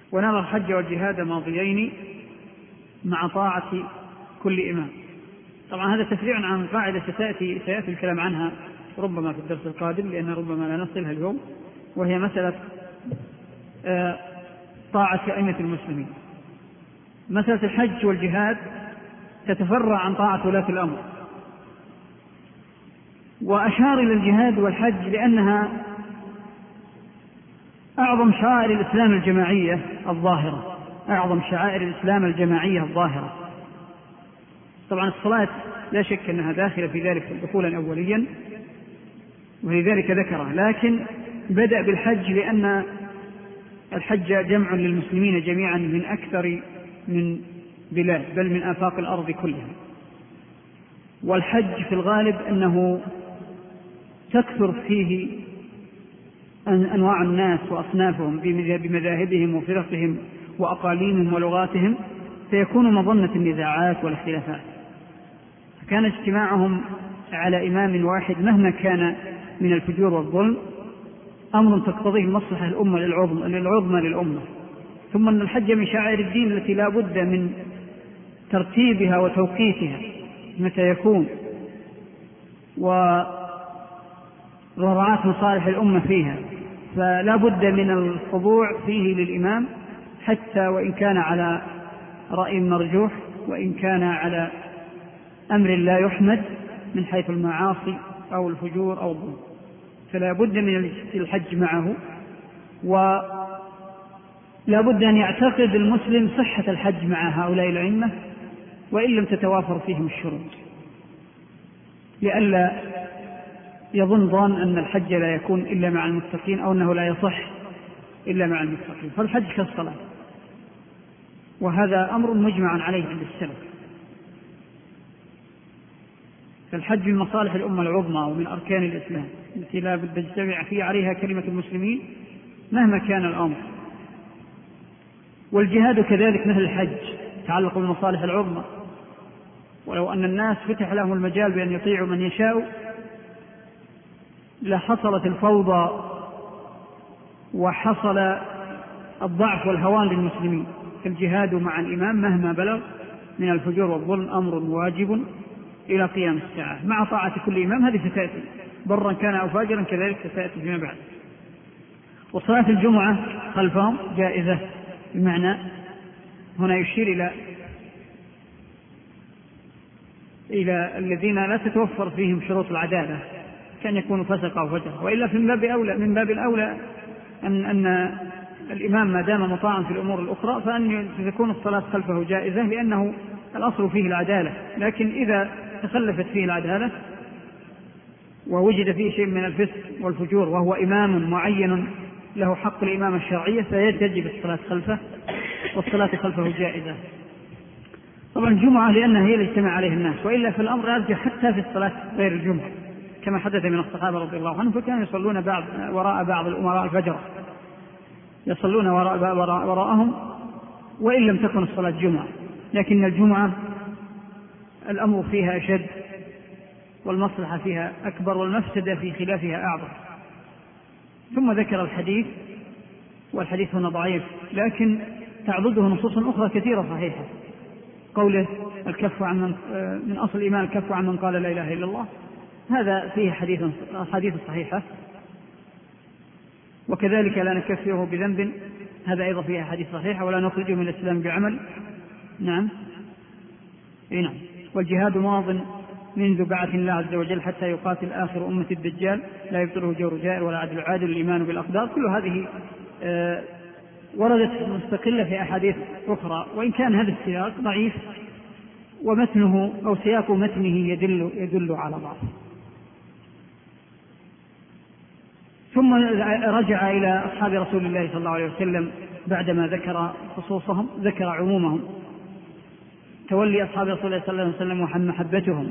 ونرى الحج والجهاد ماضيين مع طاعة كل إمام. طبعا هذا تفريع عن قاعدة سيأتي الكلام عنها ربما في الدرس القادم، لأن ربما لا نصلها اليوم، وهي مسألة طاعة أئمة المسلمين. مسألة الحج والجهاد تتفرع عن طاعة ولاة الأمر، وأشار إلى الجهاد والحج لأنها أعظم شعائر الإسلام الجماعية الظاهرة، أعظم شعائر الإسلام الجماعية الظاهرة. طبعا الصلاة لا شك أنها داخلة في ذلك دخولا أوليا، ولذلك ذكره، لكن بدأ بالحج لأن الحج جمع للمسلمين جميعا من أكثر من بلاد، بل من آفاق الأرض كلها. والحج في الغالب أنه تكثر فيه أنواع الناس وأصنافهم بمذاهبهم وفرقهم وأقاليمهم ولغاتهم، فيكون مظنة النزاعات والاختلافات. كان اجتماعهم على إمام واحد مهما كان من الفجور والظلم أمر تقتضيه المصلحة العظمى للأمة. ثم أن الحج من شعائر الدين التي لا بد من ترتيبها وتوقيتها متى يكون، ومراعاة مصالح الأمة فيها، فلا بد من الخضوع فيه للإمام، حتى وإن كان على رأي مرجوح، وإن كان على أمر لا يحمد من حيث المعاصي أو الفجور أو الظلم، فلا بد من الحج معه. ولا بد أن يعتقد المسلم صحة الحج مع هؤلاء الأئمة وإن لم تتوافر فيهم الشروط، لئلا يظن ظان أن الحج لا يكون إلا مع المتقين، أو أنه لا يصح إلا مع المتقين. فالحج كالصلاة، وهذا أمر مجمع عليه عند السلف. فالحج من مصالح الأمة العظمى ومن أركان الإسلام التي لا بد تجتمع فيه عليها كلمة المسلمين مهما كان الأمر. والجهاد كذلك مثل الحج يتعلق بالمصالح العظمى، ولو أن الناس فتح لهم المجال بأن يطيعوا من يشاء لحصلت الفوضى وحصل الضعف والهوان للمسلمين. الجهاد مع الإمام مهما بلغ من الفجور والظلم أمر واجب إلى قيام الساعة، مع طاعة كل إمام. هذه ستأتي برا كان أو فاجرا، كذلك ستأتي فيما بعد. وصلاة الجمعة خلفهم جائزة، بمعنى هنا يشير إلى الذين لا تتوفر فيهم شروط العدالة، كان يكونوا فسق أو فجر، وإلا في من باب الأولى أن الإمام ما دام مطاعا في الأمور الأخرى فأن تكون الصلاة خلفه جائزة، لأنه الأصل فيه العدالة. لكن إذا تخلفت فيه العدالة ووجد فيه شيء من الفسق والفجور وهو إمام معين له حق الإمامة الشرعية فيجب الصلاة خلفه، والصلاة خلفه جائزة. طبعا الجمعة لأنها هي اللي اجتمع عليه الناس، وإلا في الأمر يرجع حتى في الصلاة غير الجمعة، كما حدث من الصحابة رضي الله عنهم، فكانوا يصلون وراء بعض الأمراء الفجر، يصلون وراءهم وإن لم تكن الصلاة جمعة. لكن الجمعة الأمر فيها أشد، والمصلحة فيها أكبر، والمفسدة في خلافها أعظم. ثم ذكر الحديث، والحديث هنا ضعيف لكن تعضده نصوص أخرى كثيرة صحيحة. قوله الكف عن من أصل الإيمان الكف عن من قال لا إله إلا الله، هذا فيه حديث صحيحة. وكذلك لا نكفره بذنب، هذا أيضا فيها حديث صحيحة. ولا نخرجه من الإسلام بعمل. نعم. والجهاد ماض منذ بعث الله عز وجل حتى يقاتل آخر أمة الدجال، لا يبطله جور جائر ولا عدل عادل، الإيمان بالأقدار. كل هذه وردت مستقلة في أحاديث أخرى، وإن كان هذا السياق ضعيف ومتنه أو سياق متنه يدل على ضعف. ثم رجع إلى أصحاب رسول الله صلى الله عليه وسلم بعدما ذكر خصوصهم ذكر عمومهم. تولي أصحاب رسول الله صلى الله عليه وسلم ومحبتهم،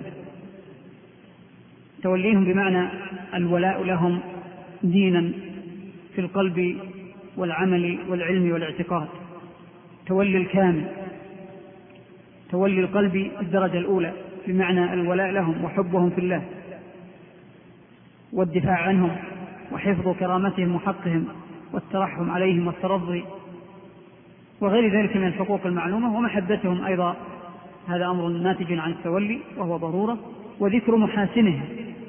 توليهم بمعنى الولاء لهم دينا في القلب والعمل والعلم والاعتقاد، تولي الكامل، تولي القلب الدرجة الأولى بمعنى الولاء لهم وحبهم في الله والدفاع عنهم وحفظ كرامتهم وحقهم والترحم عليهم والترضي وغير ذلك من الحقوق المعلومة. ومحبتهم أيضا هذا أمر ناتج عن التولي وهو ضرورة. وذكر محاسنهم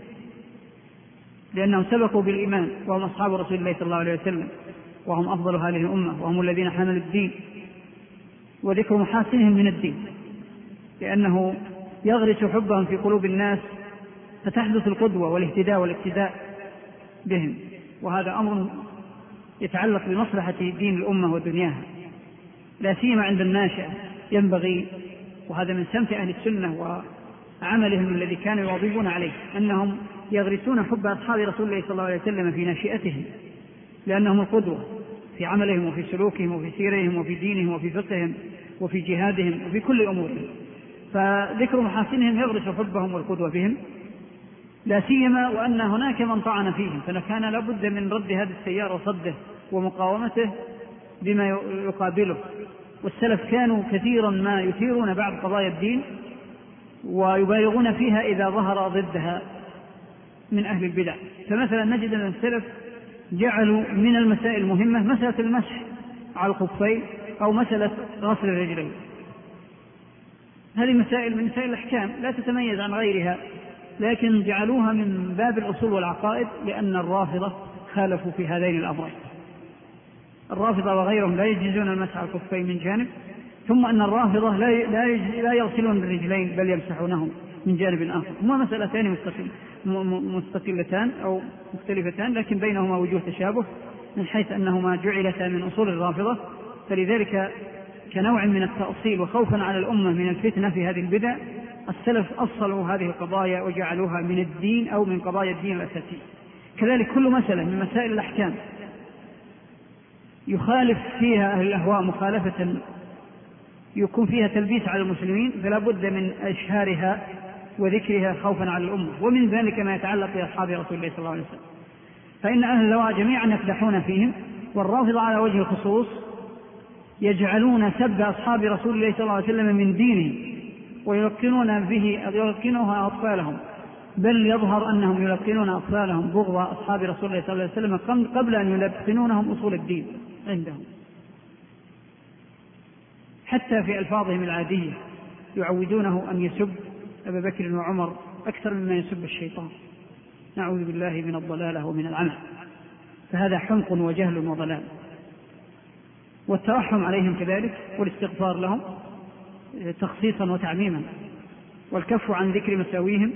لأنهم سبقوا بالإيمان وهم أصحاب رسول الله صلى الله عليه وسلم وهم أفضل هذه الأمة وهم الذين حملوا الدين. وذكر محاسنهم من الدين لأنه يغرس حبهم في قلوب الناس فتحدث القدوة والاهتداء والاقتداء بهم، وهذا أمر يتعلق بمصلحة دين الأمة ودنياها لا سيما عند الناشئة. ينبغي، وهذا من سمت أهل السنة وعملهم الذي كانوا يواظبون عليه، أنهم يغرسون حب أصحاب رسول الله صلى الله عليه وسلم في ناشئتهم لأنهم القدوة في عملهم وفي سلوكهم وفي سيرهم وفي دينهم وفي فقههم وفي جهادهم وفي كل أمورهم. فذكر محاسنهم يغرس حبهم والقدوة بهم، لا سيما وأن هناك من طعن فيهم، فكان لابد من رد هذا التيار وصده ومقاومته بما يقابله. والسلف كانوا كثيرا ما يثيرون بعض قضايا الدين ويبالغون فيها إذا ظهر ضدها من أهل البدع. فمثلا نجد أن السلف جعلوا من المسائل المهمة مسألة المسح على الخفين أو مسألة غسل الرجلين. هذه مسائل من مسائل الأحكام لا تتميز عن غيرها، لكن جعلوها من باب الأصول والعقائد لأن الرافضة خالفوا في هذين الأمرين. الرافضة وغيرهم لا يجيزون المسح على الخفين من جانب، ثم أن الرافضة لا يغسلون الرجلين بل يمسحونهم من جانب آخر. هما مسألتان مستقلتان أو مختلفتان، لكن بينهما وجوه تشابه من حيث أنهما جعلتا من أصول الرافضة. فلذلك كنوع من التأصيل وخوفا على الأمة من الفتنة في هذه البدع، السلف أصلوا هذه القضايا وجعلوها من الدين أو من قضايا الدين الأساسية. كذلك كل مسألة من مسائل الأحكام يخالف فيها أهل الأهواء مخالفة يكون فيها تلبيس على المسلمين فلا بد من إشهارها وذكرها خوفا على الأمة. ومن ذلك ما يتعلق بأصحاب رسول الله صلى الله عليه وسلم، فإن أهل الهواء جميعا يفلحون فيهم، والرافضة على وجه الخصوص يجعلون سب أصحاب رسول الله صلى الله عليه وسلم من دينهم ويلقنونها أطفالهم، بل يظهر أنهم يلقنون أطفالهم بغض أصحاب رسول الله صلى الله عليه وسلم قبل أن يلقنونهم أصول الدين عندهم. حتى في ألفاظهم العادية يعودونه أن يسب أبا بكر وعمر أكثر مما يسب الشيطان، نعوذ بالله من الضلالة ومن العمى. فهذا حمق وجهل وضلال. والترحم عليهم كذلك والاستغفار لهم تخصيصا وتعميما، والكف عن ذكر مساويهم.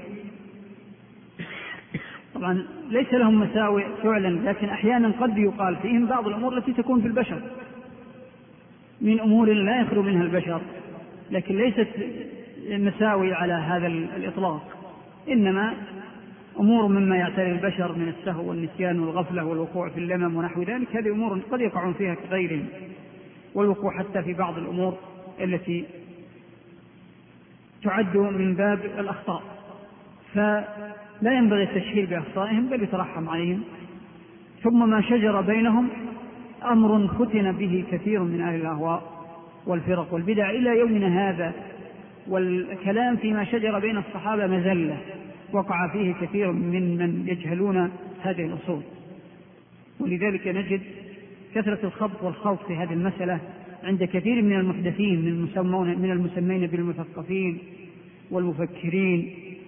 طبعا ليس لهم مساوئ فعلا، لكن أحيانا قد يقال فيهم بعض الأمور التي تكون في البشر من أمور لا يخلو منها البشر، لكن ليست مساوي على هذا الإطلاق، إنما أمور مما يعتري البشر من السهو والنسيان والغفلة والوقوع في اللمم ونحو ذلك. هذه أمور قد يقعون فيها كغيرهم، والوقوع حتى في بعض الأمور التي تعد من باب الأخطاء، فلا ينبغي التشهير بأخطائهم بل يترحم عليهم. ثم ما شجر بينهم أمر فتن به كثير من أهل الأهواء والفرق والبدع إلى يومنا هذا، والكلام فيما شجر بين الصحابة مزلة وقع فيه كثير من يجهلون هذه الأصول. ولذلك نجد كثرة الخبط والخوض في هذه المسألة عند كثير من المحدثين من المسمين بالمثقفين والمفكرين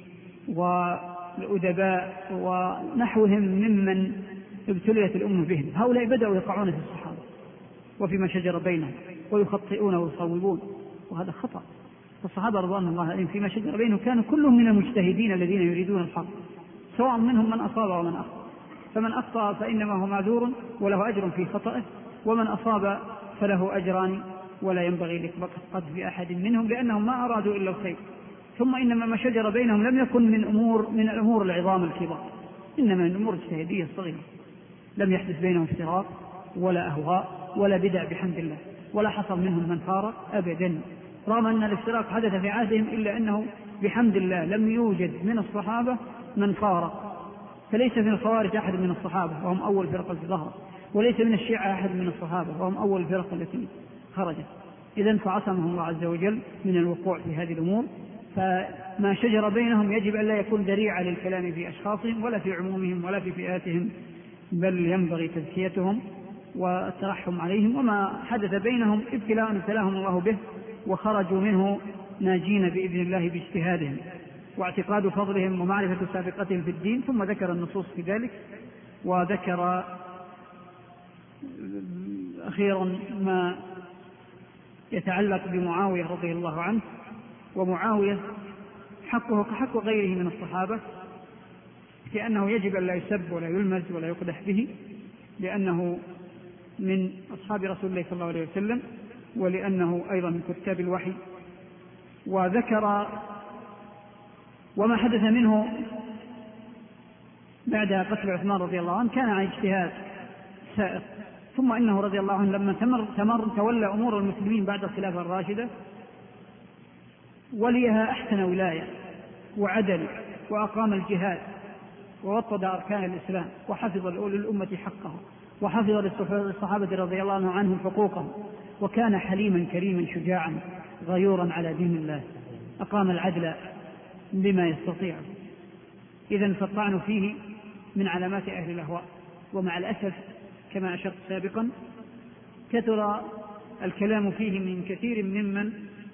والأدباء ونحوهم ممن ابتليت الأمة بهم. هؤلاء بدأوا يقعون في الصحابة وفيما شجر بينهم ويخطئون ويصوبون، وهذا خطأ. الصحابة رضوان الله عليهم فيما شجر بينهم كانوا كلهم من المجتهدين الذين يريدون الحق، سواء منهم من أصاب ومن أخطأ. فمن أخطأ فإنما هو معذور وله أجر في خطأه، ومن أصاب فله أجران ولا ينبغي لقطع بأحد منهم لأنهم ما أرادوا إلا الخير. ثم إنما ما شجر بينهم لم يكن من الأمور العظام الكبار، إنما من الأمور الاجتهادية الصغيرة. لم يحدث بينهم افتراق ولا أهواء ولا بدع بحمد الله، ولا حصل منهم من فارق أبدا، رغم أن الافتراق حدث في عهدهم إلا أنه بحمد الله لم يوجد من الصحابة من فارق. فليس من الخوارج أحد من الصحابة وهم أول فرقة ظهر، وليس من الشيعة أحد من الصحابة وهم أول الفرقة التي خرجت. إذن فعصمهم الله عز وجل من الوقوع في هذه الأمور. فما شجر بينهم يجب أن لا يكون ذريعة للكلام في أشخاصهم ولا في عمومهم ولا في فئاتهم، بل ينبغي تزكيتهم والترحم عليهم، وما حدث بينهم ابتلاء ابتلاهم الله به وخرجوا منه ناجين بإذن الله باجتهادهم واعتقاد فضلهم ومعرفة سابقتهم في الدين. ثم ذكر النصوص في ذلك، وذكر أخيرا ما يتعلق بمعاوية رضي الله عنه. ومعاوية حقه كحق غيره من الصحابة، لأنه يجب أن لا يسب ولا يلمز ولا يقدح به، لأنه من أصحاب رسول الله صلى الله عليه وسلم، ولأنه أيضا من كتاب الوحي. وذكر وما حدث منه بعد قتل عثمان رضي الله عنه كان عن اجتهاد سائر، ثم إنه رضي الله عنه لما تولى أمور المسلمين بعد الخلافة الراشدة وليها أحسن ولاية وعدل، وأقام الجهاد ووطد أركان الإسلام، وحفظ للأمة حقها، وحفظ للصحابة رضي الله عنهم حقوقهم، وكان حليما كريما شجاعا غيورا على دين الله، أقام العدل بما يستطيع. إذن فالطعن فيه من علامات أهل الأهواء. ومع الأسف كما أشرت سابقا كثر الكلام فيه من كثير ممن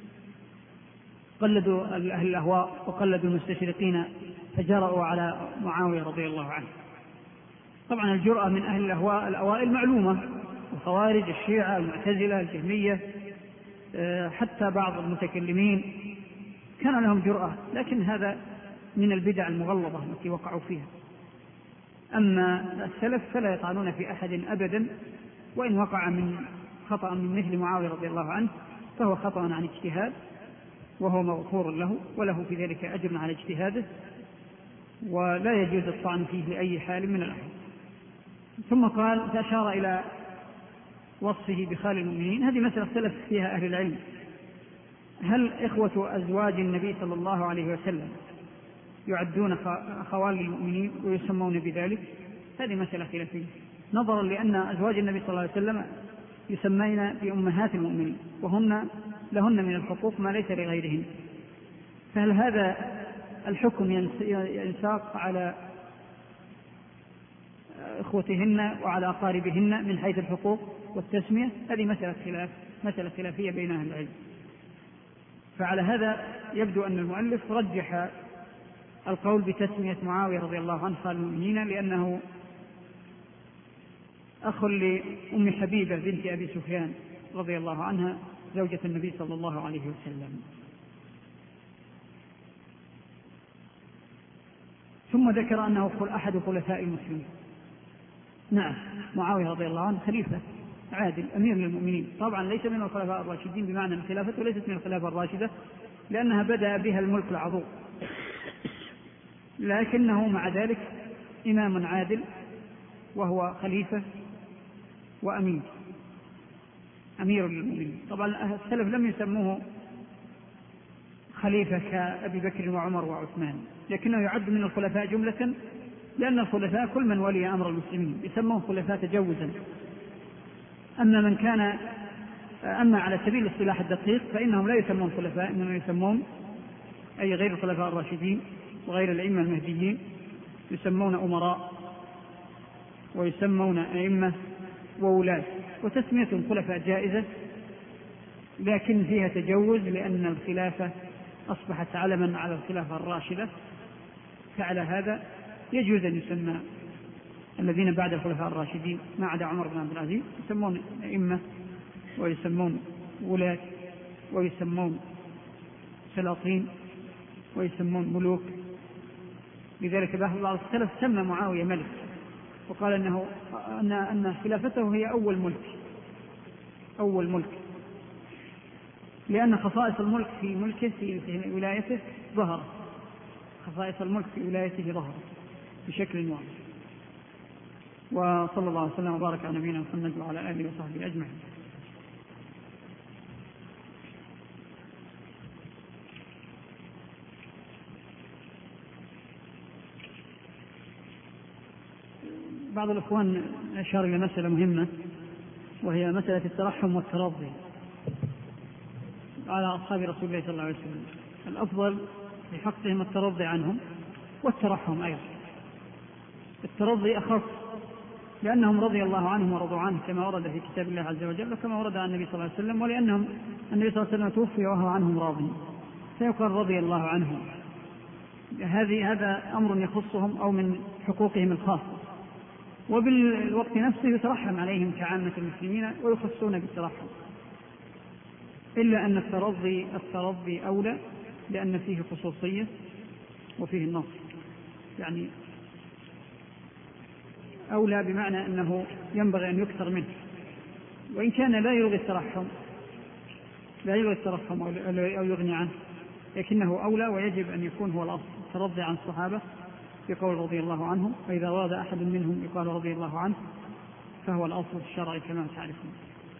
قلدوا أهل الأهواء وقلدوا المستشرقين فجرؤوا على معاوية رضي الله عنه. طبعا الجرأة من أهل الأهواء الأوائل معلومة، الخوارج، الشيعة، المعتزلة، الجهمية، حتى بعض المتكلمين كان لهم جرأة، لكن هذا من البدع المغلظة التي وقعوا فيها. أما السلف فلا يطعنون في أحد أبدا، وإن وقع من خطأ من مثل معاوية رضي الله عنه فهو خطأ عن اجتهاد، وهو مغفور له وله في ذلك أجر على اجتهاده، ولا يجوز الطعن فيه لأي حال من الأحوال. ثم قال فأشار إلى وصفه بخال المؤمنين. هذه مسألة اختلف فيها أهل العلم، هل إخوة أزواج النبي صلى الله عليه وسلم يعدون خوال المؤمنين ويسمون بذلك؟ هذه مسألة خلافية، نظرا لأن أزواج النبي صلى الله عليه وسلم يسمين بأمهات المؤمنين، وهن لهن من الحقوق ما ليس لغيرهن، فهل هذا الحكم ينساق على إخوتهن وعلى أقاربهن من حيث الحقوق والتسمية؟ هذه مسألة خلافية بين أهل العلم. فعلى هذا يبدو أن المؤلف رجح القول بتسمية معاوية رضي الله عنه خال المؤمنين، لأنه أخ لأم حبيبة بنت أبي سفيان رضي الله عنها زوجة النبي صلى الله عليه وسلم. ثم ذكر أنه أحد خلفاء المسلمين. نعم، معاوية رضي الله عنه خليفة عادل أمير للمؤمنين، طبعا ليس من الخلفاء الراشدين بمعنى الخلافة، وليست من الخلافة الراشدة لأنها بدأ بها الملك العظيم، لكنه مع ذلك إمام عادل، وهو خليفة وأمير للمؤمنين. طبعا السلف لم يسموه خليفة كأبي بكر وعمر وعثمان، لكنه يعد من الخلفاء جملة، لأن الخلفاء كل من ولي أمر المسلمين يسمون خلفاء تجوزا. أما على سبيل الاصطلاح الدقيق فإنهم لا يسمون خلفاء، إنما يسمون أي غير الخلفاء الراشدين وغير الأئمة المهديين يسمون أمراء ويسمون أئمة وولاة. وتسمية خلفاء جائزة، لكن فيها تجوز لأن الخلافة أصبحت علما على الخلافة الراشدة، فعلى هذا يجوز أن يسمى الذين بعد الخلفاء الراشدين ما عدا عمر بن عبد العزيز يسمون أئمة ويسمون ولاة ويسمون سلاطين ويسمون ملوك. لذلك بعض السلف سمى معاوية ملك، وقال أن خلافته هي أول ملك، لأن خصائص الملك في ملكه في ولايته ظهرت، خصائص الملك في ولايته ظهرت بشكل واضح. وصلى الله عليه وسلم وبارك على نبينا محمد وعلى آله وصحبه أجمعين. بعض الأخوان أشار إلى مسألة مهمة، وهي مسألة الترحم والترضي على أصحاب رسول الله صلى الله عليه وسلم. الأفضل في حقهم الترضي عنهم والترحم أيضا. الترضي أخف لأنهم رضي الله عنهم ورضوا عنه كما ورد في كتاب الله عز وجل وكما ورد عن النبي صلى الله عليه وسلم، ولأنهم النبي صلى الله عليه وسلم توفي وهو عنهم راضي فيقال رضي الله عنهم. هذا أمر يخصهم أو من حقوقهم الخاصة، وبالوقت نفسه يترحم عليهم كعامة المسلمين ويخصون بالترحم، إلا أن الترضي أولى لأن فيه خصوصية وفيه النص، يعني أولى بمعنى أنه ينبغي أن يكثر منه، وإن كان لا يلغي الترحم أو يغني عنه، لكنه أولى ويجب أن يكون هو الأصل الترضي عن الصحابة يقول رضي الله عنهم، وإذا أراد أحد منهم يقال رضي الله عنه، فهو الأصل الشرعي كما تعرفون.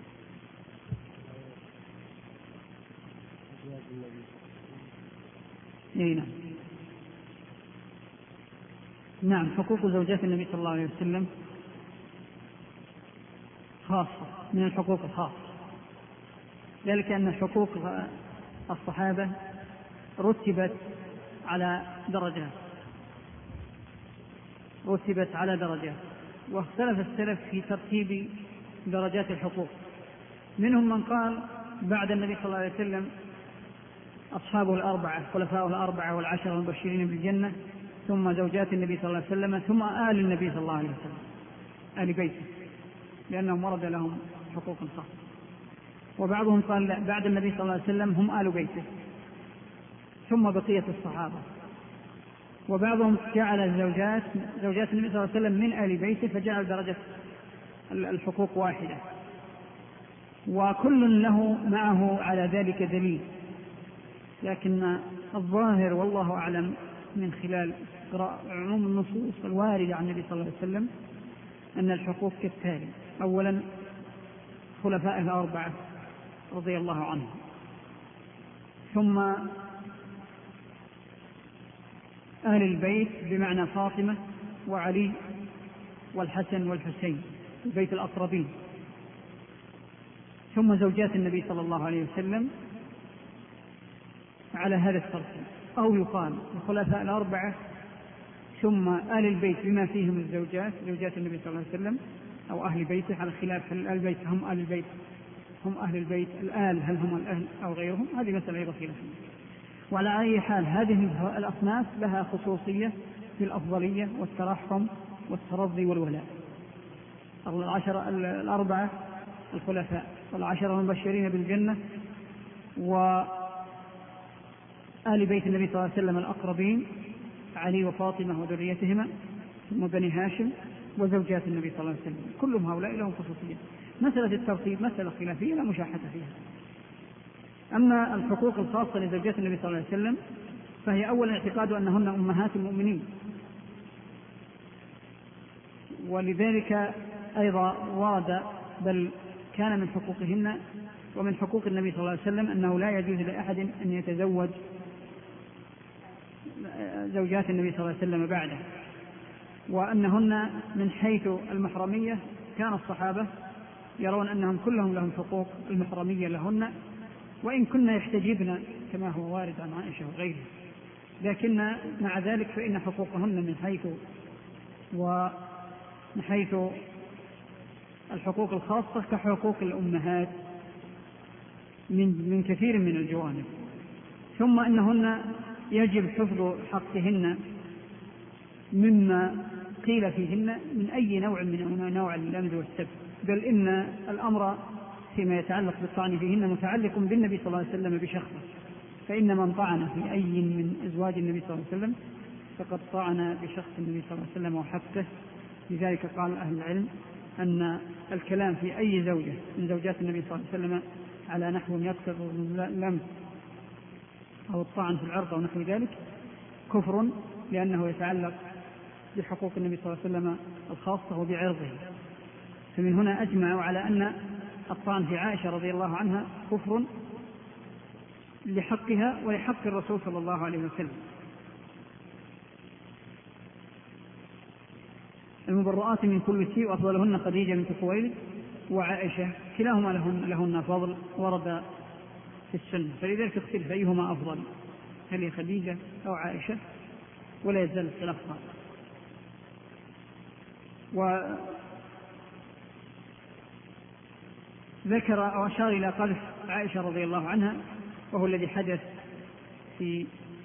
نعم، حقوق زوجات النبي صلى الله عليه وسلم خاصة من الحقوق الخاصة، ذلك أن حقوق الصحابة رتبت على درجات، واختلف السلف في ترتيب درجات الحقوق. منهم من قال بعد النبي صلى الله عليه وسلم أصحابه الأربعة خلفاءه الأربعة والعشرة المبشرين بالجنة، ثم زوجات النبي صلى الله عليه وسلم، ثم آل النبي صلى الله عليه وسلم، آل بيته، لأنهم ورد لهم حقوق خاصة. وبعضهم قال لا، بعد النبي صلى الله عليه وسلم هم آل بيته ثم بقية الصحابة. وبعضهم جعل زوجات النبي صلى الله عليه وسلم من آل بيته، فجعل درجة الحقوق واحدة، وكل له معه على ذلك دليل، لكن الظاهر والله أعلم من خلال قراءة عموم النصوص الواردة عن النبي صلى الله عليه وسلم أن الحقوق كالتالي: أولا خلفاء الأربعة رضي الله عنهم، ثم أهل البيت بمعنى فاطمة وعلي والحسن والحسين البيت الأقربين، ثم زوجات النبي صلى الله عليه وسلم على هذا الترتيب، أو يقال الخلفاء الأربعة ثم آل البيت بما فيهم زوجات النبي صلى الله عليه وسلم أو أهل بيته، على خلاف هل البيت هم أهل البيت الآل هل هم الأهل أو غيرهم، هذه مسألة أيضا خلافية. وعلى أي حال هذه الأصناف لها خصوصية في الأفضلية والترحم والترضي والولاء. العشرة الأربعة الخلفاء والعشرة المبشرين بالجنة وآل بيت النبي صلى الله عليه وسلم الأقربين علي وفاطمة وذريتهما ثم بني هاشم وزوجات النبي صلى الله عليه وسلم، كلهم هؤلاء لهم خصوصية. مسألة الترتيب مسألة خلافية لا مشاحة فيها. أما الحقوق الخاصة لزوجات النبي صلى الله عليه وسلم فهي أولا اعتقاد أنهن أمهات المؤمنين، ولذلك أيضا ورد بل كان من حقوقهن ومن حقوق النبي صلى الله عليه وسلم أنه لا يجوز لأحد أن يتزوج زوجات النبي صلى الله عليه وسلم بعده، وأنهن من حيث المحرمية كان الصحابة يرون أنهم كلهم لهم حقوق المحرمية لهن، وإن كنا يحتجبن كما هو وارد عن عائشة وغيرها، لكن مع ذلك فإن حقوقهن من حيث الحقوق الخاصة كحقوق الأمهات من كثير من الجوانب. ثم أنهن يجب حفظ حقهن مما قيل فيهن من أي نوع من أنواع اللمز والسب، بل إن الأمر فيما يتعلق بالطعن فيهن متعلق بالنبي صلى الله عليه وسلم بشخصه، فإن من طعن في أي من أزواج النبي صلى الله عليه وسلم فقد طعن بشخص النبي صلى الله عليه وسلم وحقه. لذلك قال أهل العلم أن الكلام في أي زوجة من زوجات النبي صلى الله عليه وسلم على نحو يقتضي اللمس أو الطعن في العرض أو نحو ذلك كفر، لأنه يتعلق بحقوق النبي صلى الله عليه وسلم الخاصة وبعرضه. فمن هنا أجمعوا على أن الطعن في عائشة رضي الله عنها كفر لحقها ولحق الرسول صلى الله عليه وسلم. المبرؤات من كل شيء وأفضلهن خديجة بنت خويلد وعائشة، كلاهما لهن فضل ورد في السنة، فلذلك اختلف أيهما أفضل، هل هي خديجة أو عائشة، ولا يزال الخلاف. ذكر أو أشار إلى قذف عائشة رضي الله عنها، وهو الذي حدث في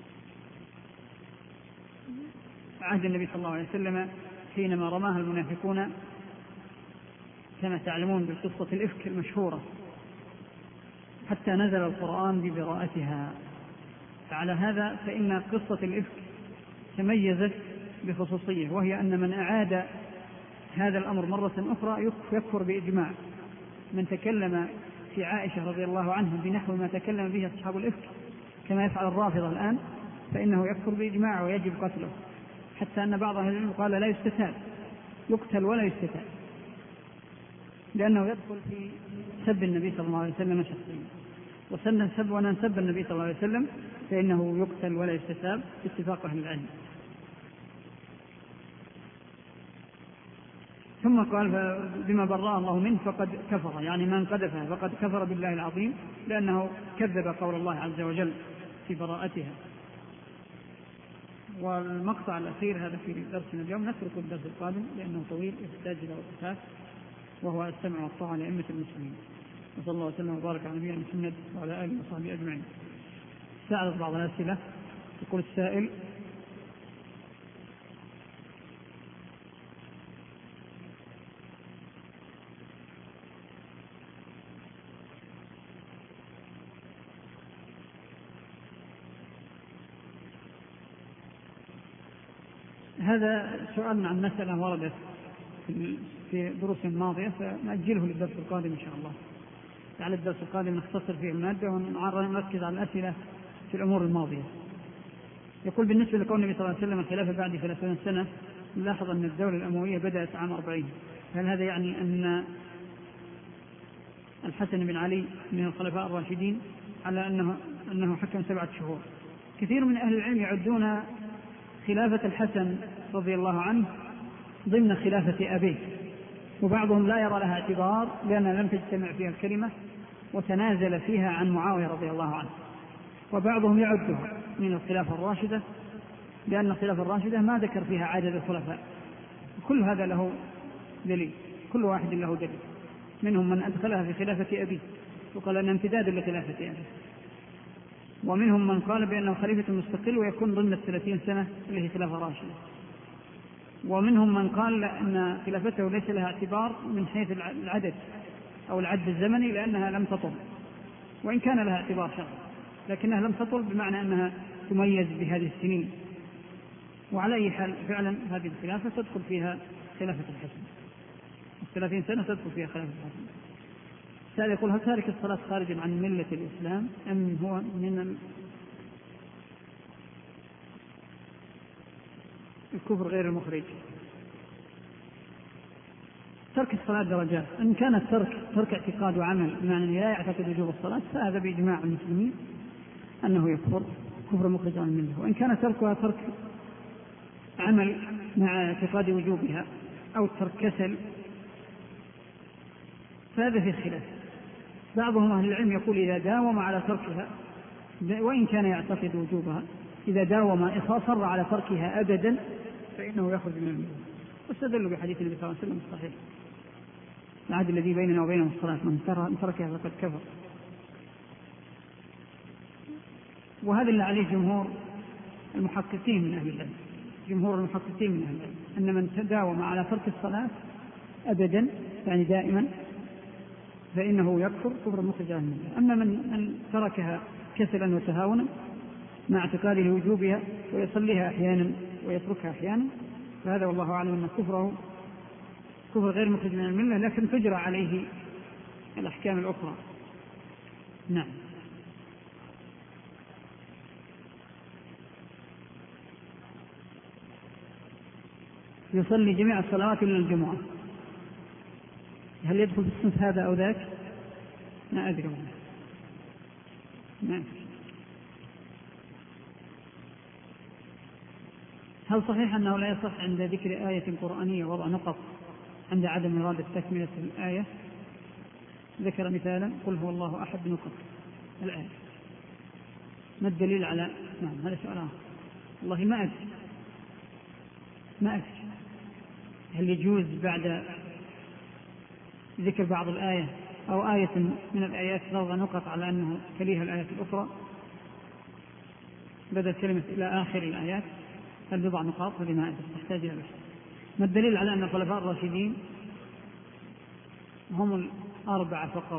عهد النبي صلى الله عليه وسلم حينما رماها المنافقون كما تعلمون بقصة الإفك المشهورة، حتى نزل القرآن ببراءتها. فعلى هذا فإن قصة الإفك تميزت بخصوصية، وهي أن من أعاد هذا الأمر مرة أخرى يكفر بإجماع. من تكلم في عائشة رضي الله عنها بنحو ما تكلم به أصحاب الإفك كما يفعل الرافضة الآن فإنه يكفر بإجماع ويجب قتله، حتى أن بعض أهل العلم قال لا يستتاب، يقتل ولا يستتاب، لأنه يدخل في سب النبي صلى الله عليه وسلم شخصيا، ومن سب النبي صلى الله عليه وسلم فإنه يقتل ولا يستتاب باتفاق أهل العلم. ثم قال بما برأ الله منه فقد كفر، يعني من قذفها فقد كفر بالله العظيم، لأنه كذب قول الله عز وجل في براءتها. والمقطع الأخير هذا في درسنا اليوم، نترك الدرس القادم لأنه طويل يحتاج إلى وقفات، وهو السمع والطاعة لأئمة المسلمين. وصلى الله وسلم وبارك على نبينا محمد وعلى آله وصحبه أجمعين. سألت بعض الأسئلة. يقول السائل: هذا سؤال عن مسألة وردت في دروس ماضية، فنأجله للدرس القادم إن شاء الله. على الدرس القادم نختصر فيه المادة ونركز على الأسئلة في الأمور الماضية. يقول: بالنسبة لقول النبي صلى الله عليه وسلم الخلافة بعد 30 سنة، نلاحظ أن الدولة الأموية بدأت عام 40، هل هذا يعني أن الحسن بن علي من الخلفاء الراشدين على أنه حكم 7 شهور؟ كثير من أهل العلم يعدون خلافة الحسن رضي الله عنه ضمن خلافة أبيه، وبعضهم لا يرى لها اعتبار لأنها لم تجتمع فيها الكلمة وتنازل فيها عن معاوية رضي الله عنه، وبعضهم يعدها من الخلافة الراشدة لأن الخلافة الراشدة ما ذكر فيها عدد الخلفاء. كل هذا له دليل، كل واحد له دليل. منهم من أدخلها في خلافة أبيه وقال أنها امتداد لخلافة أبيه، ومنهم من قال بأنه خليفة مستقل ويكون ضمن 30 سنة اللي هي خلافة راشدة، ومنهم من قال أن خلافته ليس لها اعتبار من حيث العدد أو العد الزمني لأنها لم تطل، وإن كان لها اعتبار شرعي لكنها لم تطل بمعنى أنها تميز بهذه السنين. وعلى أي حال فعلا هذه الخلافة تدخل فيها خلافة الحسن، 30 سنة تدخل فيها خلافة الحسن. السائل يقول: هل تارك الصلاة خارجا عن ملة الإسلام أم هو من الكفر غير المخرج؟ ترك الصلاة درجات. إن كان ترك اعتقاد وعمل بمعنى لا يعتقد وجوب الصلاة فهذا بإجماع المسلمين أنه يكفر كفر مخرج عن الملة، وإن كان تركها ترك عمل مع اعتقاد وجوبها أو ترك كسل فهذا في خلاف. بعضهم أهل العلم يقول إذا داوم على تركها وإن كان يعتقد وجوبها، إذا داوم إصر على تركها أبدا فإنه يخرج من الملة، واستدلوا بحديث النبي صلى الله عليه وسلم الصحيح: العهد الذي بيننا وبينهم الصلاة، من تركها فقد كفر. وهذا اللي عليه جمهور المحققين من أهل العلم، جمهور المحققين من أهل العلم أن من تداوم على ترك الصلاة أبدا يعني دائما فإنه يكفر كفر مخرج عن الملة. أما من تركها كسلا وتهاونا مع اعتقاده وجوبها ويصليها أحيانا ويتركها أحيانا فهذا والله أعلم أن كفره كفر غير مخرج من الملة، لكن تجرى عليه الأحكام الأخرى. نعم. يصلي جميع الصلوات إلا الجمعة، هل يدخل في الصنف هذا أو ذاك؟ ما أدري. نعم. هل صحيح أنه لا يصح عند ذكر آية قرآنية وضع نقط عند عدم إرادة تكملة الآية؟ ذكر مثالا: قل هو الله أحد نقط الآية، ما الدليل على؟ نعم هذا سؤال آخر والله ما أدري هل يجوز بعد ذكر بعض الآية أو آية من الآيات ضرب نقط على أنه تليها الآيات الأخرى، بدأ كلمة إلى آخر الآيات، هل بضع نقاط فلما تحتاج إلى بحث. ما الدليل على أن الخلفاء الراشدين هم 4 فقط؟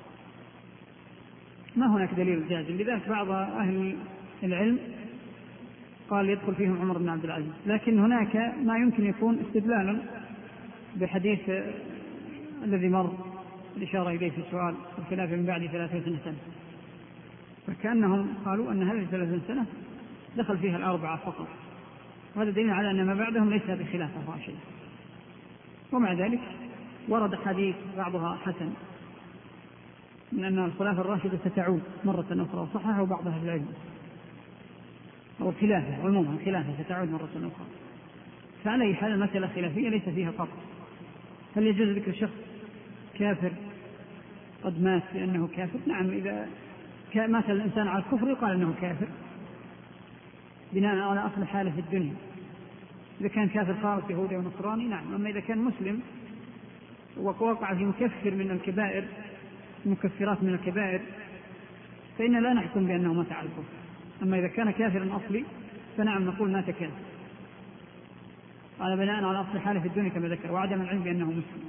ما هناك دليل جازم، لذلك بعض أهل العلم قال يدخل فيهم عمر بن عبد العزيز، لكن هناك ما يمكن يكون استدلالا بحديث الذي مر الإشارة إليه في سؤال الخلاف من بعد 30 سنة، فكأنهم قالوا أن هذه 30 سنة دخل فيها 4 فقط، وهذا دليل على أن ما بعدهم ليس بخلافة راشدة. ومع ذلك ورد حديث بعضها حسن من أن الخلافة الراشدة ستعود مرة أخرى، وصححه بعض أهل العلم، أو الخلافة عموما الخلافة ستعود مرة أخرى. فعلى أي حال المسألة خلافية ليس فيها فرق. هل يجوز ذكر شخص كافر قد مات لأنه كافر؟ نعم، إذا مات الإنسان على الكفر يقال أنه كافر بناء على أصل حاله في الدنيا. إذا كان كافر خالص يهودي ونصراني نعم، أما إذا كان مسلم ووقع في مكفر من الكبائر، مكفرات من الكبائر، فإن لا نحكم بأنه مات على الكفر. أما إذا كان كافرا أصلي فنعم نقول مات كافر على بناء على أصل حاله في الدنيا كما ذكر، وعدم العلم بأنه مسلم.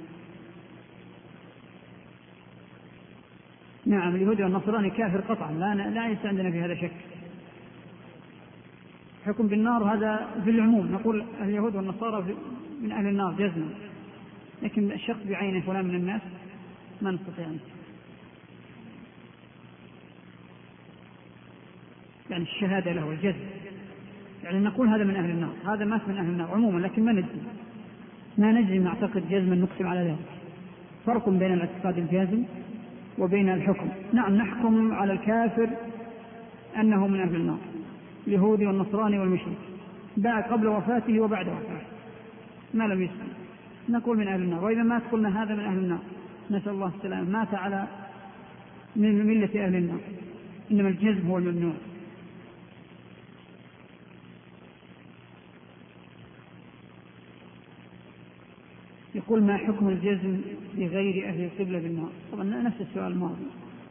نعم، اليهودي والنصراني كافر قطعا، لا ليس عندنا في هذا شك. حكم بالنار هذا في العموم، نقول اليهود والنصارى من أهل النار جزما، لكن الشخص بعينه فلان من الناس ما نستطيع أن يعني الشهادة له الجزم، يعني نقول هذا من أهل النار، هذا مات من أهل النار عموما، لكن ما نجزم نعتقد جزما نقسم على ذلك. فرق بين الاعتقاد الجازم وبين الحكم. نعم نحكم على الكافر أنه من أهل النار، اليهودي والنصراني والمشرك، بعد قبل وفاته وبعد وفاته ما لم يسلم نقول من أهل النار. وإذا ما قلنا هذا من أهل النار نسأل الله السلام، مات على من ملة أهل النار، إنما الجزم هو الممنوع. يقول ما حكم الجزم لغير أهل القبلة بالنار؟ طبعا نفس السؤال الماضي.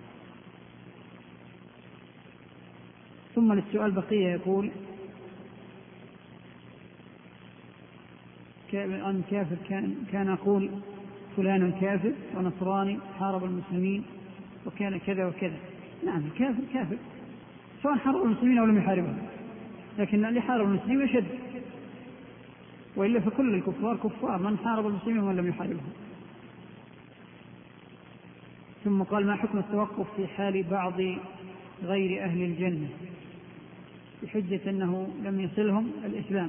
ثم للسؤال بقية، يقول أن كافر كان أقول فلان كافر ونصراني حارب المسلمين وكان كذا وكذا. نعم كافر كافر سواء حارب المسلمين أو لم يحاربهم، لكن اللي حارب المسلمين يشد، وإلا فكل الكفار كفار، من حارب المسلمين ومن لم يحاربهم. ثم قال ما حكم التوقف في حال بعض غير أهل الجنة بحجة أنه لم يصلهم الإسلام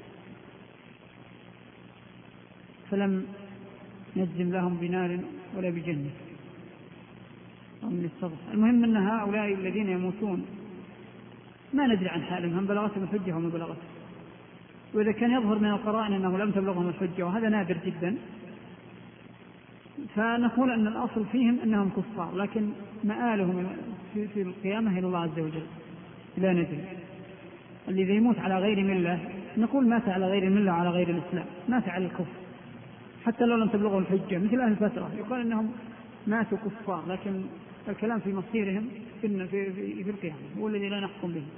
فلم نجزم لهم بنار ولا بجنة أو من الصبر. المهم أن هؤلاء الذين يموتون ما ندري عن حالهم، هم بلغتهم الحجة وما بلغتهم، وإذا كان يظهر من القرائن أنه لم تبلغهم الحجة وهذا نادر جدا فنقول أن الأصل فيهم أنهم كفار، لكن مآلهم في القيامة إلى الله عز وجل لا ندري. الذي يموت على غير ملة نقول مات على غير الملة وعلى غير الإسلام، مات على الكفر حتى لو لم تبلغهم الحجة، مثل أهل الفترة يقال أنهم ماتوا كفار، لكن الكلام في مصيرهم في القيامة هو الذي لا نحكم به.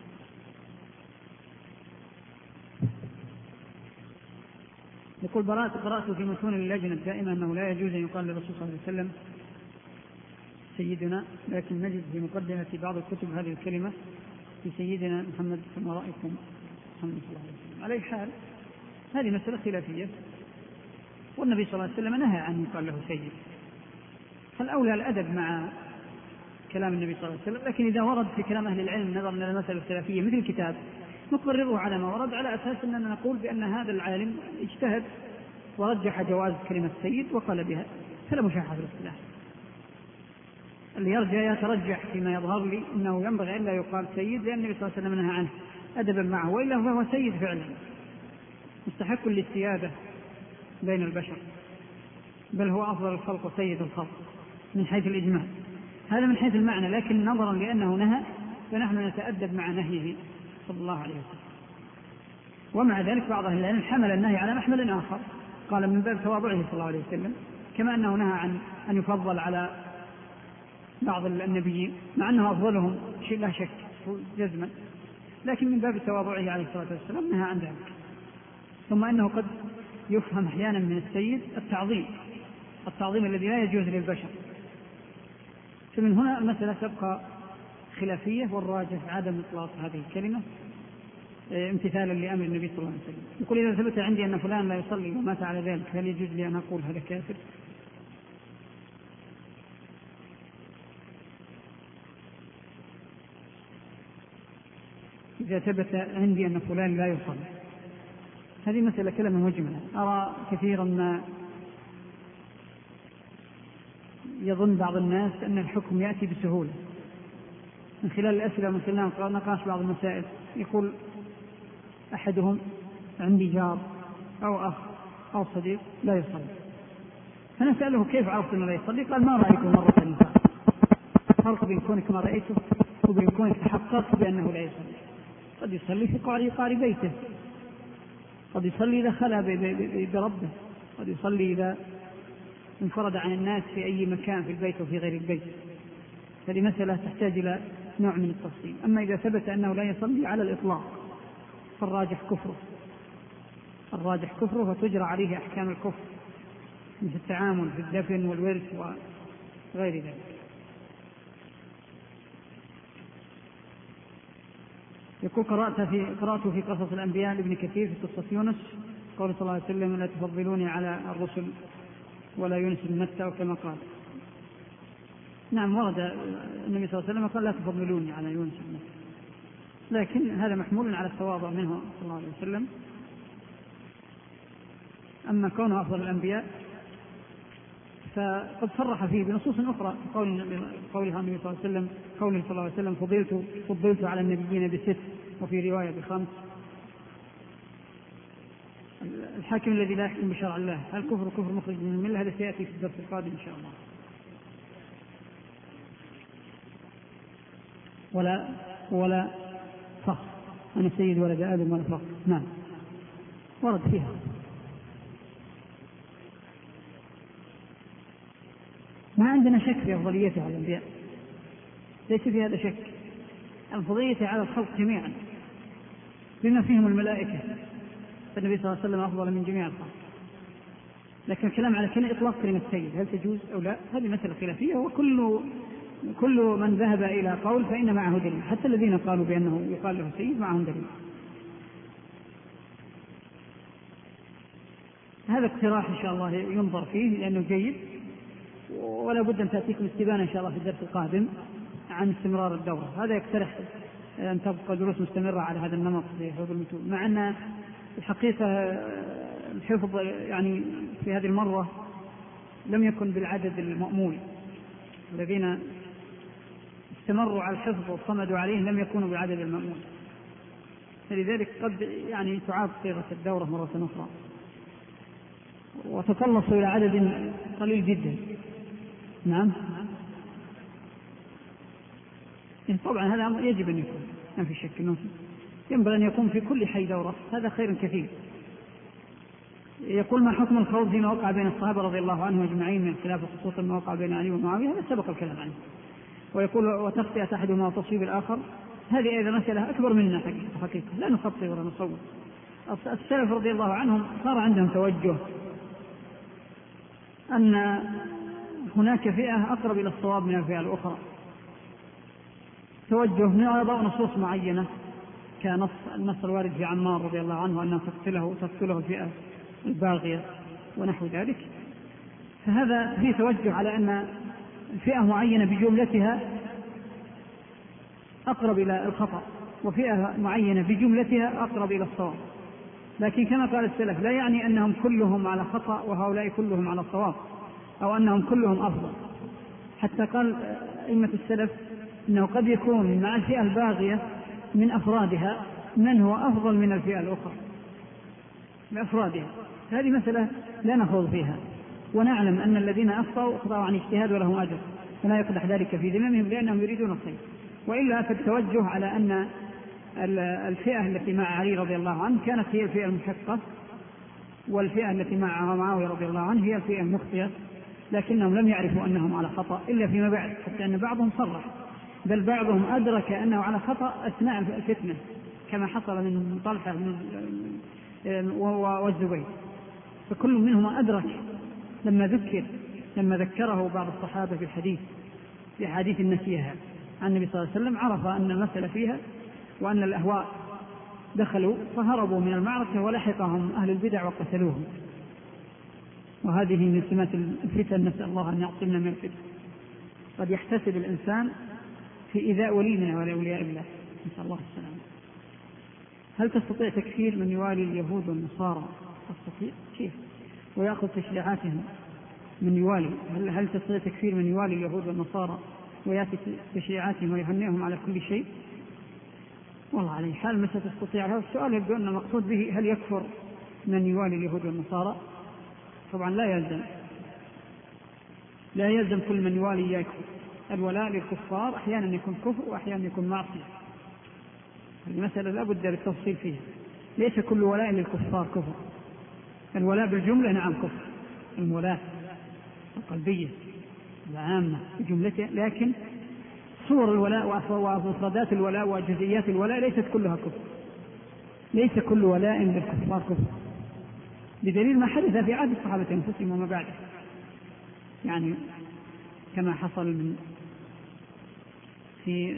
يقول قرأت في متون اللجنة الدائمة أنه لا يجوز أن يقال للرسول صلى الله عليه وسلم سيدنا، لكن نجد في مقدمة بعض الكتب هذه الكلمة في سيدنا محمد كما رأيكم محمد صلى الله عليه وسلم. على أي حال هذه مسألة خلافية، والنبي صلى الله عليه وسلم نهى عن يقال له سيد، فالأولى الأدب مع كلام النبي صلى الله عليه وسلم. لكن إذا ورد في كلام أهل العلم نظرا إلى المسألة الخلافية مثل الكتاب نقرره على ما ورد، على أساس أننا نقول بأن هذا العالم اجتهد ورجح جواز كلمة سيد وقال بها، فلا مشاحة في الاصطلاح. اللي يرجع يترجح فيما يظهر لي أنه ينبغي أن لا يقال سيد، لأن النبي صلى الله عليه وسلم نهى عنه أدبا معه، وإلا فهو سيد فعلا مستحق للسيادة بين البشر، بل هو أفضل الخلق وسيد الخلق من حيث الإجماع، هذا من حيث المعنى. لكن نظرا لأنه نهى فنحن نتأدب مع نهيه صلى الله عليه وسلم. ومع ذلك بعض أهل العلم حمل النهي على محمل آخر، قال من باب تواضعه صلى الله عليه وسلم كما أنه نهى عن أن يفضل على بعض النبيين مع أنه أفضلهم شيء لا شك جزما، لكن من باب تواضعه عليه الصلاة والسلام نهى عن ذلك. ثم أنه قد يفهم أحيانا من السيد التعظيم الذي لا يجوز للبشر. فمن هنا المسألة تبقى خلافية، والراجح عدم إطلاق هذه الكلمة امتثالا لأمر النبي صلى الله عليه وسلم. يقول إذا ثبت عندي أن فلان لا يصلي ومات على ذلك هل يجوز لي أن أقول هذا كافر؟ إذا ثبت عندي أن فلان لا يصلي، هذه مسألة كلمة مجملة. أرى كثيرا ما يظن بعض الناس أن الحكم يأتي بسهولة من خلال الأسئلة، من خلال نقاش بعض المسائل. يقول أحدهم عندي جار أو أخ أو صديق لا يصلي، فنسأله كيف عرفت أنه لا يصلي؟ قال ما رأيكم مرة النساء، فرق بين كونك ما رأيته وبين كونك تحققت بأنه لا يصلي. قد يصلي في قعر بيته، قد يصلي إذا خلا بربه، قد يصلي إذا انفرد عن الناس في أي مكان في البيت وفي غير البيت. هذه مسألة تحتاج إلى نوع من التفصيل. أما إذا ثبت أنه لا يصلي على الإطلاق فالراجح كفره وتجرى عليه أحكام الكفر مثل التعامل في الدفن والورث وغير ذلك. يقول قرأت في قصص الأنبياء لابن كثير في قصة يونس قول صلى الله عليه وسلم لا تفضلوني على الرسل ولا يونس بن متى، وكما قال. نعم ورد النبي صلى الله عليه وسلم قال لا تفضلوني على يونس بن متى، لكن هذا محمول على التواضع منه صلى الله عليه وسلم. أما كونه أفضل الأنبياء فقد صرح فيه بنصوص أخرى، قولها النبي صلى الله عليه وسلم قوله صلى الله عليه وسلم فضلت على النبيين ب6 وفي رواية ب5. الحاكم الذي لا يحكم بشرع الله هل كفر مخرج من الملة؟ هذا سيأتي في الدرس القادم إن شاء الله. ولا فخر، أنا سيد ولد آدم ولا فخر. نعم ورد فيها. ما عندنا شك في أفضليته على الأنبياء، ليس في هذا شك. أفضليته على الخلق جميعا بما فيهم الملائكة، فالنبي صلى الله عليه وسلم أفضل من جميع الخلق. لكن الكلام على إطلاق كلمة سيد هل تجوز أو لا هذه مسألة خلافية، وكل من ذهب إلى قول فإن معه دليل، حتى الذين قالوا بأنه يقال له سيد معهم دليل. هذا اقتراح إن شاء الله ينظر فيه لأنه جيد، ولا بد أن تأتيكم استبانة إن شاء الله في الدرس القادم عن استمرار الدورة. هذا يقترح أن تبقى دروس مستمرة على هذا النمط في حفظ المتون، مع أن الحقيقة الحفظ يعني في هذه المرة لم يكن بالعدد المأمول. الذين استمروا على الحفظ وصمدوا عليه لم يكونوا بالعدد المأمول، فلذلك قد يعني تعاد صيغة الدورة مرة أخرى وتقلصوا إلى عدد قليل جدا. نعم طبعا هذا يجب أن يكون، ما في شك أنه ينبغي أن يكون في كل حي دورة، هذا خير كثير. يقول ما حكم الخوض فيما وقع بين الصحابة رضي الله عنهم أجمعين من خلاف خصوصا ما وقع بين علي ومعاوية؟ هذا سبق الكلام عنه. ويقول وتخطئة أحدهما وتصويب الآخر، هذه أيضا مسألة أكبر مننا حقيقة، لا نخطئ ولا نصوب. السلف رضي الله عنهم صار عندهم توجه أن هناك فئة أقرب إلى الصواب من الفئة الأخرى، توجه من أعضاء نصوص معينة كنص النص الوارد في عمار رضي الله عنه أن تقتله الفئة الباغية ونحو ذلك. فهذا فيه توجه على أن فئة معينة بجملتها أقرب إلى الخطأ، وفئة معينة بجملتها أقرب إلى الصواب. لكن كما قال السلف لا يعني أنهم كلهم على خطأ وهؤلاء كلهم على الصواب، أو أنهم كلهم أفضل. حتى قال أئمة السلف أنه قد يكون مع الفئة الباغية من أفرادها من هو أفضل من الفئة الأخرى بأفرادها. هذه مسألة لا نخوض فيها، ونعلم أن الذين أخطأوا عن اجتهاد ولهم أجر، فلا يقدح ذلك في ذممهم لأنهم يريدون الخير. وإلا فالتوجه على أن الفئة التي مع علي رضي الله عنه كانت هي الفئة المحقة، والفئة التي مع معاوية رضي الله عنه هي الفئة المخطئة، لكنهم لم يعرفوا أنهم على خطأ إلا فيما بعد، حتى أن بعضهم صرح، بل بعضهم أدرك أنه على خطأ أثناء الفتنة كما حصل من طلحة والزبير. فكل منهما أدرك لما ذكره بعض الصحابة بحديث نسيها عن النبي صلى الله عليه وسلم، عرف أن المسألة فيها وأن الأهواء دخلوا فهربوا من المعركة ولحقهم أهل البدع وقتلوهم. وهذه من سمات الفتن، نسأل الله أن يعصمنا من الفتن. قد يحتسب الإنسان في إيذاء ولي من أولياء الله، نسأل الله السلامة. هل تستطيع تكفير من يوالي اليهود والنصارى؟ تستطيع كيف؟ ويأخذ تشريعاتهم من يوالي. هل تستطيع تكفير من يوالي اليهود والنصارى ويأتي تشريعاتهم ويهنئهم على كل شيء؟ والله عليه حال ما ستستطيع. هذا السؤال يبدو أن المقصود به هل يكفر من يوالي اليهود والنصارى؟ طبعا لا يلزم كل من يوالي يكفر. الولاء للكفار أحيانا يكون كفر وأحيانا يكون معصية. المسألة لا بد للتفصيل فيها. ليس كل ولاء للكفار كفر. الولاء بالجملة نعم كفر، الولاء القلبية العامة بجملته، لكن صور الولاء ومفردات الولاء وجزئيات الولاء ليست كلها كفر. ليس كل ولاء للكفار كفر، بدليل ما حدث في عهد الصحابة أنفسهم وما بعده، يعني كما حصل في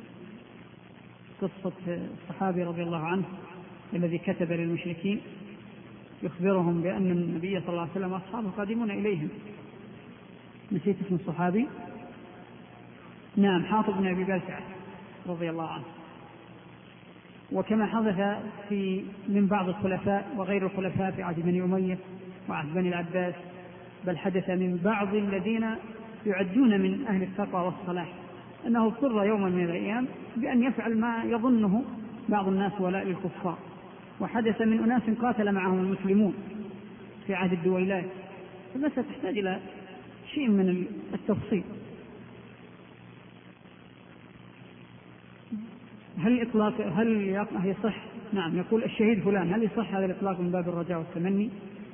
قصة الصحابي رضي الله عنه الذي كتب للمشركين يخبرهم بأن النبي صلى الله عليه وسلم وأصحابه قادمون إليهم. نسيت اسم الصحابي. نعم، حاطب بن أبي بلتعة رضي الله عنه. وكما حدث من بعض الخلفاء وغير الخلفاء في عهد بني أمية وعهد بني العباس، بل حدث من بعض الذين يعدون من أهل التقوى والصلاح أنه اضطر يوما من الأيام بأن يفعل ما يظنه بعض الناس ولاء للكفار. وحدث من أناس قاتل معهم المسلمون في عهد الدويلات. فالمسألة تحتاج إلى شيء من التفصيل. هل يصح؟ نعم، يقول الشهيد فلان، هل يصح هذا الإطلاق من باب الرجاء والتمني؟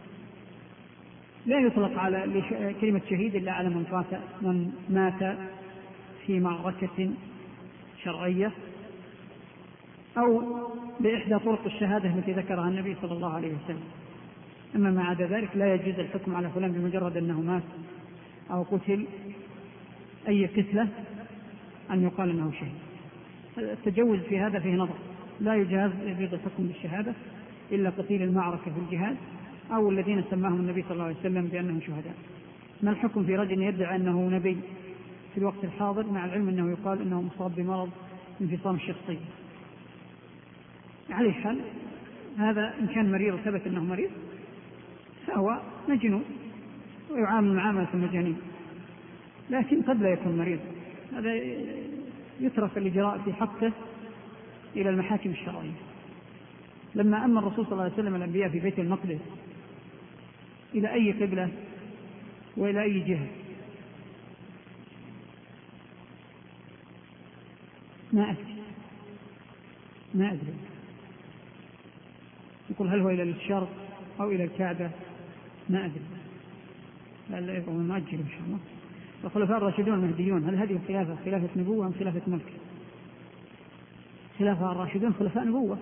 لا يطلق على كلمة شهيد إلا على من مات في معركة شرعية أو بإحدى طرق الشهادة التي ذكرها النبي صلى الله عليه وسلم. أما ما عدا ذلك لا يجوز الحكم على فلان بمجرد أنه مات أو قتل أي قتلة أن يقال أنه شهيد. التجوز في هذا فيه نظر. لا يجوز الحكم بالشهادة إلا قتيل المعركة في الجهاد أو الذين سماهم النبي صلى الله عليه وسلم بأنهم شهداء. ما الحكم في رجل يدعي أنه نبي في الوقت الحاضر مع العلم أنه يقال أنه مصاب بمرض انفصام الشخصية؟ عليه حال هذا إن كان مريض ثبت أنه مريض فهو مجنون ويعامل معاملة المجانين، لكن قد لا يكون مريض. هذا يترك الإجراء في حقه إلى المحاكم الشرعية. لما أمر الرسول صلى الله عليه وسلم الأنبياء في بيت المقدس إلى أي قبلة وإلى أي جهة؟ ما أدري. يقول هل هو إلى الشرق أو إلى الكعبة؟ ما أدري، لا يبقى نؤجل إن شاء الله. الخلفاء الراشدون المهديون، هل هذه الخلافة خلافة نبوة أم خلافة ملك؟ خلفاء الراشدون خلفاء نبوة.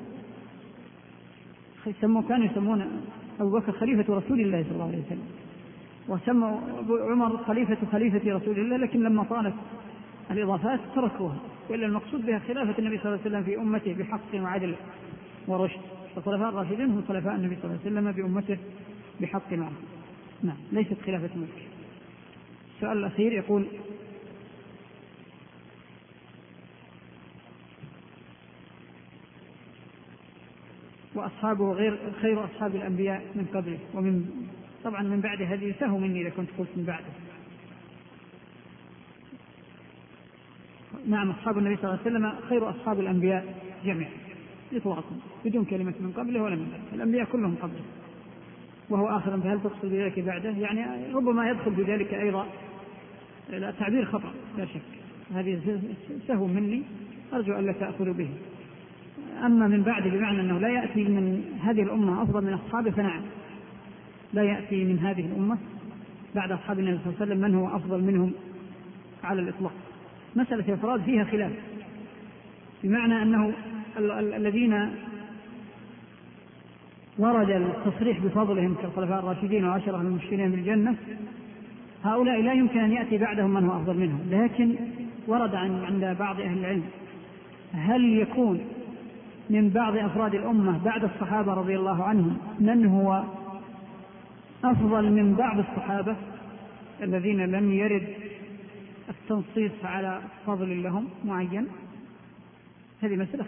كانوا يسمون أبو بكر خليفة رسول الله صلى الله عليه وسلم، وسموا عمر خليفة رسول الله، لكن لما طالت الإضافات تركوها، وإلا المقصود بها خلافة النبي صلى الله عليه وسلم في أمته بحق وعدل ورشد. الخلفاء الراشدين هم خلفاء النبي صلى الله عليه وسلم بأمته بحق وعدل. نعم، ليست خلافة ملك. السؤال الأخير يقول وأصحابه خير أصحاب الأنبياء من قبله طبعا من بعد. هذه سهو مني إذا كنت قلت من بعده. نعم، أصحاب النبي صلى الله عليه وسلم خير أصحاب الأنبياء جميعا إطلاقا بدون كلمة من قبله ولا من بعده. الأنبياء كلهم قبله وهو آخر. فهل تقصد بذلك بعده؟ يعني ربما يدخل بذلك أيضا تعبير خطأ لا شك. هذه سهو مني، أرجو أن لا تأخذوا به. أما من بعد بمعنى أنه لا يأتي من هذه الأمة أفضل من أصحابه، فنعم لا يأتي من هذه الأمة بعد أصحاب النبي صلى الله عليه وسلم من هو أفضل منهم على الإطلاق. مسألة الإفراد فيها خلاف، بمعنى أنه الذين ورد التصريح بفضلهم كالخلفاء الراشدين وعشرة المبشرين بالجنة، هؤلاء لا يمكن أن يأتي بعدهم من هو أفضل منهم. لكن ورد عند بعض أهل العلم هل يكون من بعض أفراد الأمة بعد الصحابة رضي الله عنهم من هو أفضل من بعض الصحابة الذين لم يرد التنصيص على فضل لهم معين؟ هذه مسألة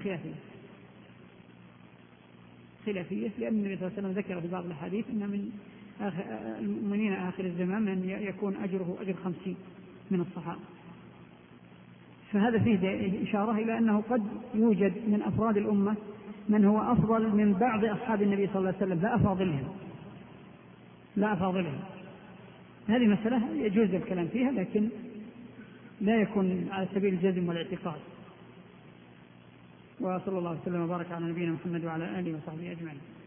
خلافية، لأن النبي صلى الله عليه وسلم ذكر في بعض الحديث أن من المؤمنين آخر الزمان من يكون أجره أجر 50 من الصحابة. فهذا فيه إشارة إلى أنه قد يوجد من أفراد الأمة من هو أفضل من بعض أصحاب النبي صلى الله عليه وسلم لا أفاضلهم. هذه مسألة يجوز الكلام فيها، لكن لا يكون على سبيل الجزم والاعتقاد. وصلى الله وسلم وبارك على نبينا محمد وعلى آله وصحبه أجمعين.